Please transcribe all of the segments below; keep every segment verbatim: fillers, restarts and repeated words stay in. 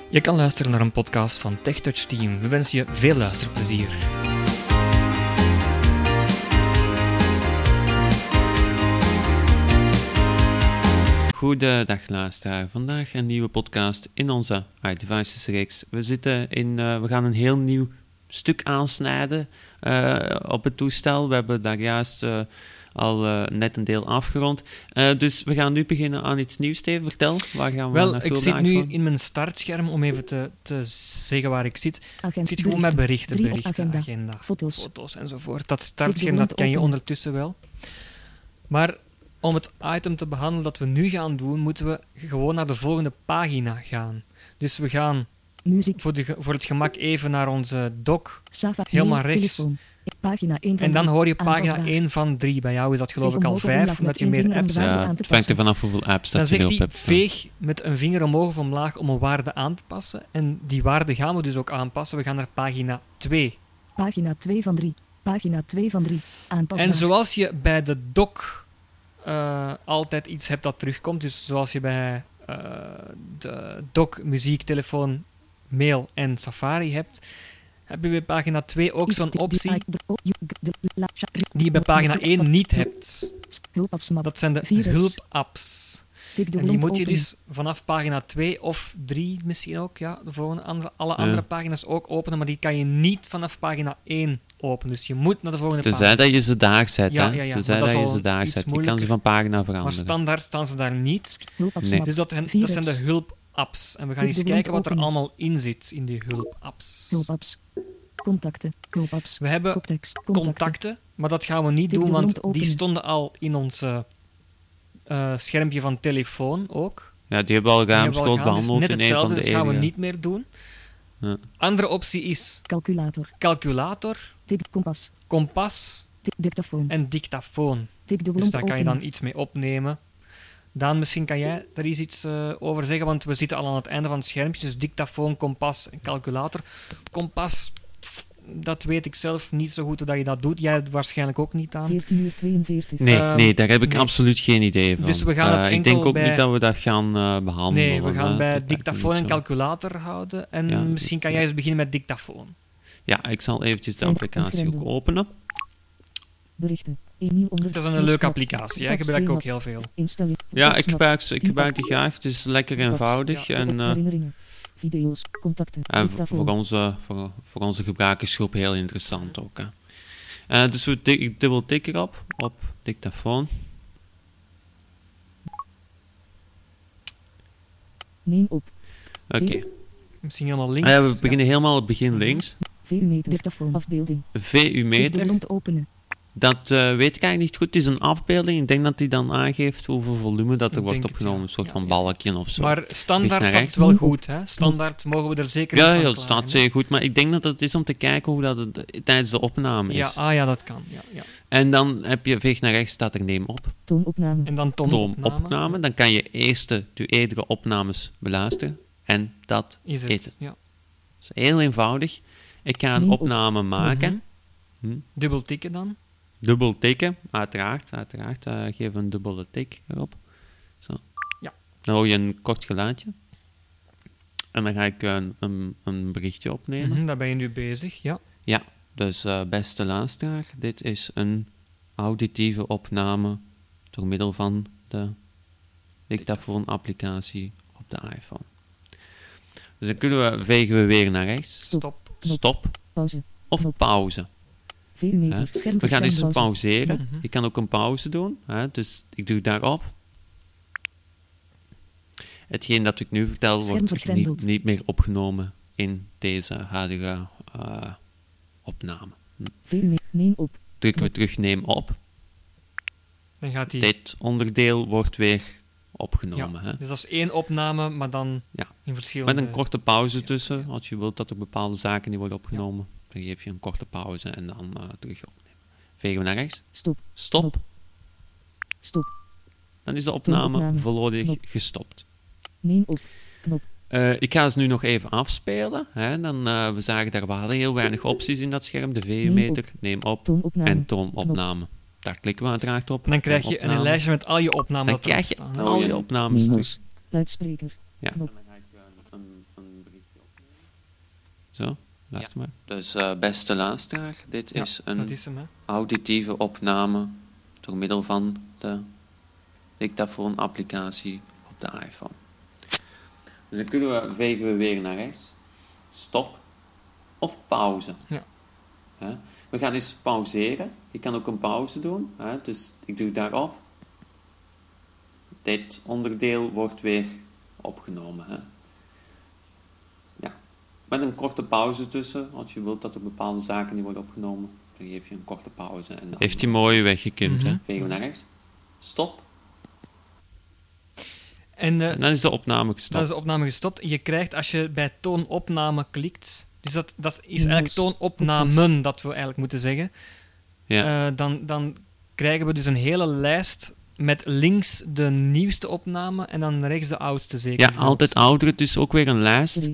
Je kan luisteren naar een podcast van TechTouch Team. We wensen je veel luisterplezier. Goedendag luisteraar. Vandaag een nieuwe podcast in onze iDevices-reeks. We, zitten in, uh, we gaan een heel nieuw stuk aansnijden uh, op het toestel. We hebben daar juist uh, al uh, net een deel afgerond. Uh, dus we gaan nu beginnen aan iets nieuws. Steven, vertel. Waar gaan we Wel, naartoe? ik zit nu in mijn startscherm om even te, te zeggen waar ik zit. Agent, ik zit gewoon met berichten, berichten, agenda, agenda foto's. foto's enzovoort. Dat startscherm, dat ken je ondertussen wel. Maar om het item te behandelen dat we nu gaan doen, moeten we gewoon naar de volgende pagina gaan. Dus we gaan Muziek. Voor, de, voor het gemak even naar onze doc, Sava, helemaal mail, rechts. Telefoon. Pagina één van En dan drie. hoor je pagina Aanpasbaar. één van drie. Bij jou is dat geloof Veeg ik al omhoog of vijf, omlaag omdat je met één meer vinger om apps de hebt. waarde Ja, aan te het hangt er passen. vanaf hoeveel apps Dan dat je zegt erop hij, hebt staan. veeg met een vinger omhoog of omlaag om een waarde aan te passen. En die waarde gaan we dus ook aanpassen. We gaan naar pagina twee. Pagina twee van drie. Pagina twee van drie. Aanpasbaar. En zoals je bij de doc uh, altijd iets hebt dat terugkomt, dus zoals je bij uh, de doc, muziek, telefoon, mail en Safari hebt, heb je bij pagina twee ook zo'n optie die je bij pagina één niet hebt. Dat zijn de hulpapps. En die moet je dus vanaf pagina twee of drie misschien ook, ja, de volgende andere, alle andere Ja. pagina's ook openen, maar die kan je niet vanaf pagina één openen. Dus je moet naar de volgende Tenzij pagina. dat je ze daar zet, Ja, hè? ja, ja, Tenzij maar dat dat is je al ze daar iets zet. Je kan moeilijker. ze van pagina Maar veranderen. standaard staan ze daar niet. Nee. Dus dat, hen- dat zijn de hulpapps. En we gaan Tik eens de kijken wat er openen. allemaal in zit in die hulpapps. Hulpapps. Contacten. Hulpapps. We hebben Koptekst. Contacten. contacten, maar dat gaan we niet Tik de doen, bron want te die openen. stonden al in ons uh, schermpje van telefoon ook. Ja, die hebben we al Die hebben we al ruimschoots gedaan, dus behandeld net in een hetzelfde, van de dus gaan we eerdere. niet meer doen. Ja. Andere optie is Calculator. calculator, Tik kompas. kompas Tik dictafoon. en dictafoon. Tik de bron Dus te daar kan je dan openen. iets mee opnemen. Daan, misschien kan jij er eens iets uh, over zeggen, want we zitten al aan het einde van het schermpje. Dus dictafoon, kompas en calculator. Kompas, dat weet ik zelf niet zo goed hoe dat je dat doet. Jij waarschijnlijk ook niet aan. veertien uur tweeënveertig. Nee, Ehm, nee, daar heb ik nee. absoluut geen idee van. Dus we gaan het Uh, ik enkel denk ook bij- niet dat we dat gaan uh, behandelen. Nee, we gaan hè. bij Dat lijkt me dictafoon niet en zo. calculator houden. En Ja, misschien kan ja. jij eens beginnen met dictafoon. Ja, ik zal eventjes de En- applicatie ook ontgrendel. openen. Berichten. Emiel onder. Dat is een leuke applicatie, hè? Ik gebruik ik ook heel veel. Installeren. Ja, ik gebruik, ze- ik gebruik die graag. Het is lekker eenvoudig. Ja. En, uh, Herinneringen. Video's. Contacten. en voor, Dictafoon. voor, onze, voor, voor onze gebruikersgroep heel interessant ook. Hè. Uh, dus we tik, dubbel tikken erop, op dictafoon. Neem op. Oké. Misschien helemaal links. Ah ja, we beginnen helemaal op het begin links. V U-meter. Dictafoon. Afbeelding. V Tik de U-meter. bron te openen. Dat uh, weet ik eigenlijk niet goed. Het is een afbeelding. Ik denk dat die dan aangeeft hoeveel volume dat er Ik wordt denk het, opgenomen. ja. Een soort Ja, van ja. balkje of zo. Maar standaard Ligt naar staat het rechts. wel goed, hè? Standaard mogen we er zeker Ja, niet ja, van het staat klagen, hè? zeer goed. Maar ik denk dat het is om te kijken hoe dat het tijdens de opname is. Ja, ah ja, dat kan. Ja, ja. En dan heb je veeg naar rechts, staat er neem op. Toonopname. En dan toon Toon opname. opname. Dan kan je eerst de, de eerdere opnames beluisteren. En dat Is het. is het. Ja. Dat is heel eenvoudig. Ik ga een Neem op. opname maken. Mhm. Hm. Dubbel tikken dan. Dubbel tikken, uiteraard. uiteraard. Uh, geef een dubbele tik erop. Zo. Ja. Dan hoor je een kort geluidje. En dan ga ik een, een, een berichtje opnemen. Mhm, daar ben je nu bezig, ja. Ja, dus uh, beste luisteraar, dit is een auditieve opname door middel van de dictafoon-applicatie op de iPhone. Dus dan kunnen we, vegen we weer naar rechts. Stop. Stop. Knop. Stop Pauze. of Knop. pauze. V U-meter. Hè? Scherm We gaan eens pauze. pauzeren. Mhm. Je kan ook een pauze doen. Hè? Dus ik doe daarop. Hetgeen dat ik nu vertel Scherm wordt niet, vergrendeld. niet meer opgenomen in deze huidige uh, opname. V U-meter. Neem op. Drukken we terug neem op. Dan gaat hij... Dit onderdeel wordt weer opgenomen. Hè? Dus dat is één opname, maar dan Ja. in verschillende... Met een korte pauze Ja, tussen. ja. Als je wilt dat er bepaalde zaken die worden opgenomen, dan geef je een korte pauze en dan uh, terug opnemen. Vegen we naar rechts. Stop. Stop. Knop. Stop. Dan is de opname opname. volledig Knop. gestopt. Neem op. Knop. Uh, ik ga ze nu nog even afspelen. Hè? Dan, uh, we zagen daar waren heel weinig opties in dat scherm. De V U-meter, neem op Toonopname. en toonopname. Daar klikken we uiteraard op. En dan krijg je Opname. een lijstje met al je opnamen Dan dat erop krijg je staan. al je opnames terug. Memos. Luidspreker. Ja. Knop. En dan ga ik uh, een, een berichtje Zo, luister Ja. maar. Dus uh, beste luisteraar, dit Ja, is een dat is hem, hè. auditieve opname door middel van de dictafoon-applicatie op de iPhone. Dus dan kunnen we, vegen we weer naar rechts. Stop. Of pauze. Ja. Hè? We gaan eens pauzeren. Je kan ook een pauze doen. Hè? Dus ik druk daarop. Dit onderdeel wordt weer opgenomen. Hè? Ja. Met een korte pauze tussen. Als je wilt dat er bepaalde zaken die worden opgenomen, dan geef je een korte pauze. En dan heeft hij mooi weggekund. Mm-hmm. Hè? Vegen we naar rechts. Stop. En, uh, en dan is de opname gestopt. Dan is de opname gestopt. Je krijgt, als je bij toonopname klikt, dus dat, dat is eigenlijk toonopnamen, dat we eigenlijk moeten zeggen, ja. uh, dan, dan krijgen we dus een hele lijst met links de nieuwste opname en dan rechts de oudste zeker. Ja, altijd oudere, dus ook weer een lijst.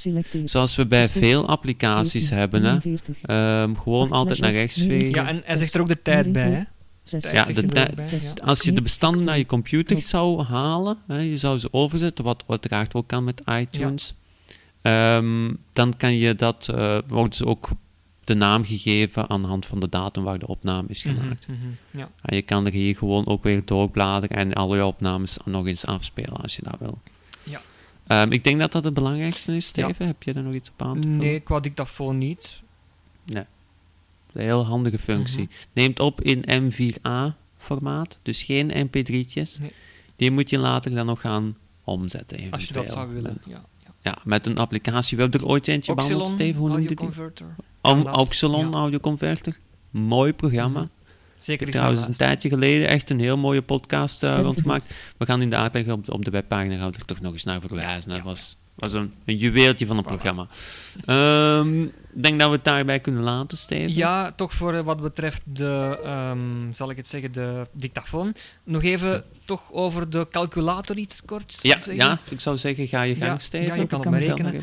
Zoals we bij veel applicaties hebben. Hè. Um, gewoon altijd naar rechts vegen. Ja, en hij zegt er ook de tijd bij, hè. Tijd ja, de tijd, ja. Als je de bestanden naar je computer zou halen, hè, je zou ze overzetten, wat uiteraard ook kan met iTunes, ja. um, dan kan je dat, uh, wordt ze ook de naam gegeven aan de hand van de datum waar de opname is gemaakt. Mm-hmm, mm-hmm, ja. En je kan er hier gewoon ook weer doorbladeren en alle opnames nog eens afspelen als je dat wil. Ja. Um, ik denk dat dat het belangrijkste is, Steven. Ja. Heb je daar nog iets op aan te vullen? Nee, qua dictafoon niet. Nee. Een heel handige functie. Mm-hmm. Neemt op in M vier A formaat, dus geen M P drie'tjes. Nee. Die moet je later dan nog gaan omzetten. Eventueel. Als je dat zou willen, ja. Ja, ja met een applicatie. We hebben er ooit eentje behandeld, Steven. Hoe noemde die? Om, Auxilon ja. Audio Converter. Mooi programma. Mm-hmm. Zeker is trouwens een tijdje geleden echt een heel mooie podcast uh, rondgemaakt. We gaan in de uitleg op de, op de webpagina gaan we er toch nog eens naar verwijzen. Dat ja. was, was een, een juweeltje van een voilà. programma. Ik um, denk dat we het daarbij kunnen laten, Steven. Ja, toch voor wat betreft de, um, zal ik het zeggen, de dictafoon. Nog even ja. toch over de calculator iets kort ja, zeggen. Ja, ik zou zeggen, ga je gang, ja, Steven. Ja, je kan het maar rekenen.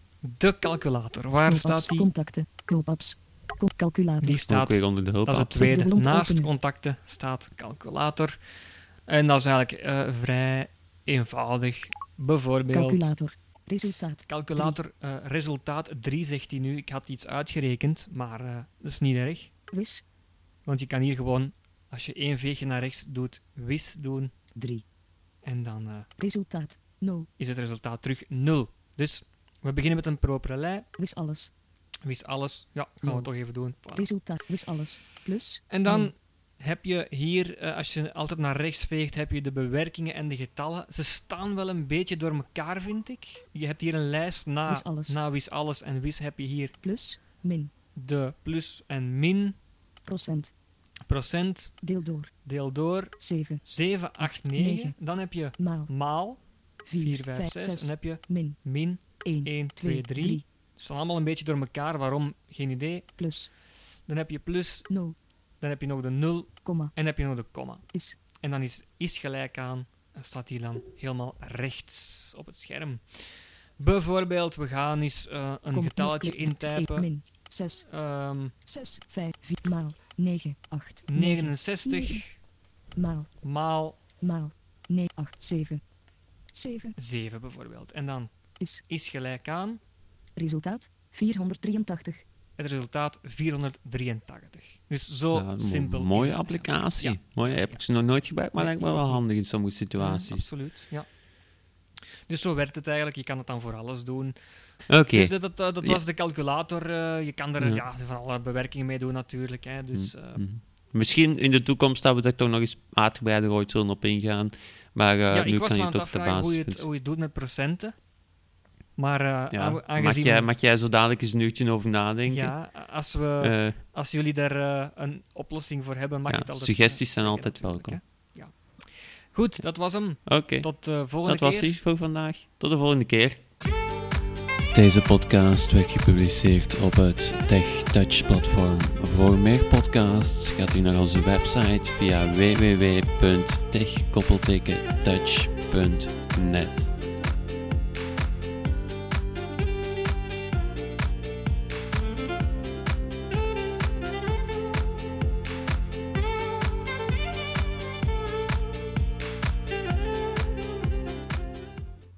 De calculator, waar Knoop-ups, staat die? Contacten, knoop-ups, calculator. Die staat ook weer onder de hulp. Dat is het tweede. Naast contacten staat calculator. En dat is eigenlijk uh, vrij eenvoudig. Bijvoorbeeld... Calculator. Resultaat. Calculator. Uh, resultaat drie zegt hij nu. Ik had iets uitgerekend, maar uh, dat is niet erg. Wis. Want je kan hier gewoon, als je één veegje naar rechts doet, wis doen. drie. En dan uh, resultaat nul. Is het resultaat terug nul. Dus we beginnen met een propere lei. Wis alles. Wis alles. Ja, gaan no. we toch even doen. Voilà. Resultaat. Wis alles. Plus. En dan nul. heb je hier, uh, als je altijd naar rechts veegt, heb je de bewerkingen en de getallen. Ze staan wel een beetje door elkaar, vind ik. Je hebt hier een lijst na wis alles, na wis alles en wis heb je hier plus, min. De plus en min. Procent. Procent. Deel door. Deel door. zeven. zeven, acht, negen. Dan heb je maal. maal. vier, vijf, zes. En dan heb je min. Min. één, twee, drie. Ze staan allemaal een beetje door elkaar. Waarom? Geen idee. Plus. Dan heb je plus. nul. Dan heb je nog de nul. Komma. En dan heb je nog de komma. Is. En dan is is gelijk aan. Dan staat die dan helemaal rechts op het scherm. Bijvoorbeeld, we gaan eens uh, een Kom, getalletje intypen. min. zes. Um, zes, vijf, vier, maal. negen, acht. negenenzestig. negen. Maal. Maal. Maal. negen, acht, zeven. zeven. zeven bijvoorbeeld. En dan is. Is gelijk aan. Resultaat vierhonderddrieëntachtig. Het resultaat vierhonderddrieëntachtig. Dus zo ja, simpel. Mooie applicatie. Ja. Mooie, heb ik ze nog nooit gebruikt, maar lijkt me wel handig in sommige situaties. Ja, absoluut, ja. Dus zo werkt het eigenlijk. Je kan het dan voor alles doen. Oké. Okay. Dus dat, dat, dat was ja. de calculator. Uh, je kan er ja. Ja, van alle bewerkingen mee doen natuurlijk. Hè. Dus, uh, mm-hmm. Misschien in de toekomst dat we daar toch nog eens uitgebreider ooit zullen op ingaan. Maar uh, ja, nu ik was kan me je aan het afvragen hoe je, het, hoe je het doet met procenten. Maar uh, ja, aangezien... Mag jij, mag jij zo dadelijk eens een uurtje over nadenken? Ja, als, we, uh, als jullie daar uh, een oplossing voor hebben, mag ja, je het altijd... Suggesties uh, zijn altijd welkom. Ja. Goed, dat was hem. Oké. Okay. Tot de volgende dat keer. Dat was hij voor vandaag. Tot de volgende keer. Deze podcast werd gepubliceerd op het TechTouch-platform. Voor meer podcasts gaat u naar onze website via w w w punt tech touch punt net.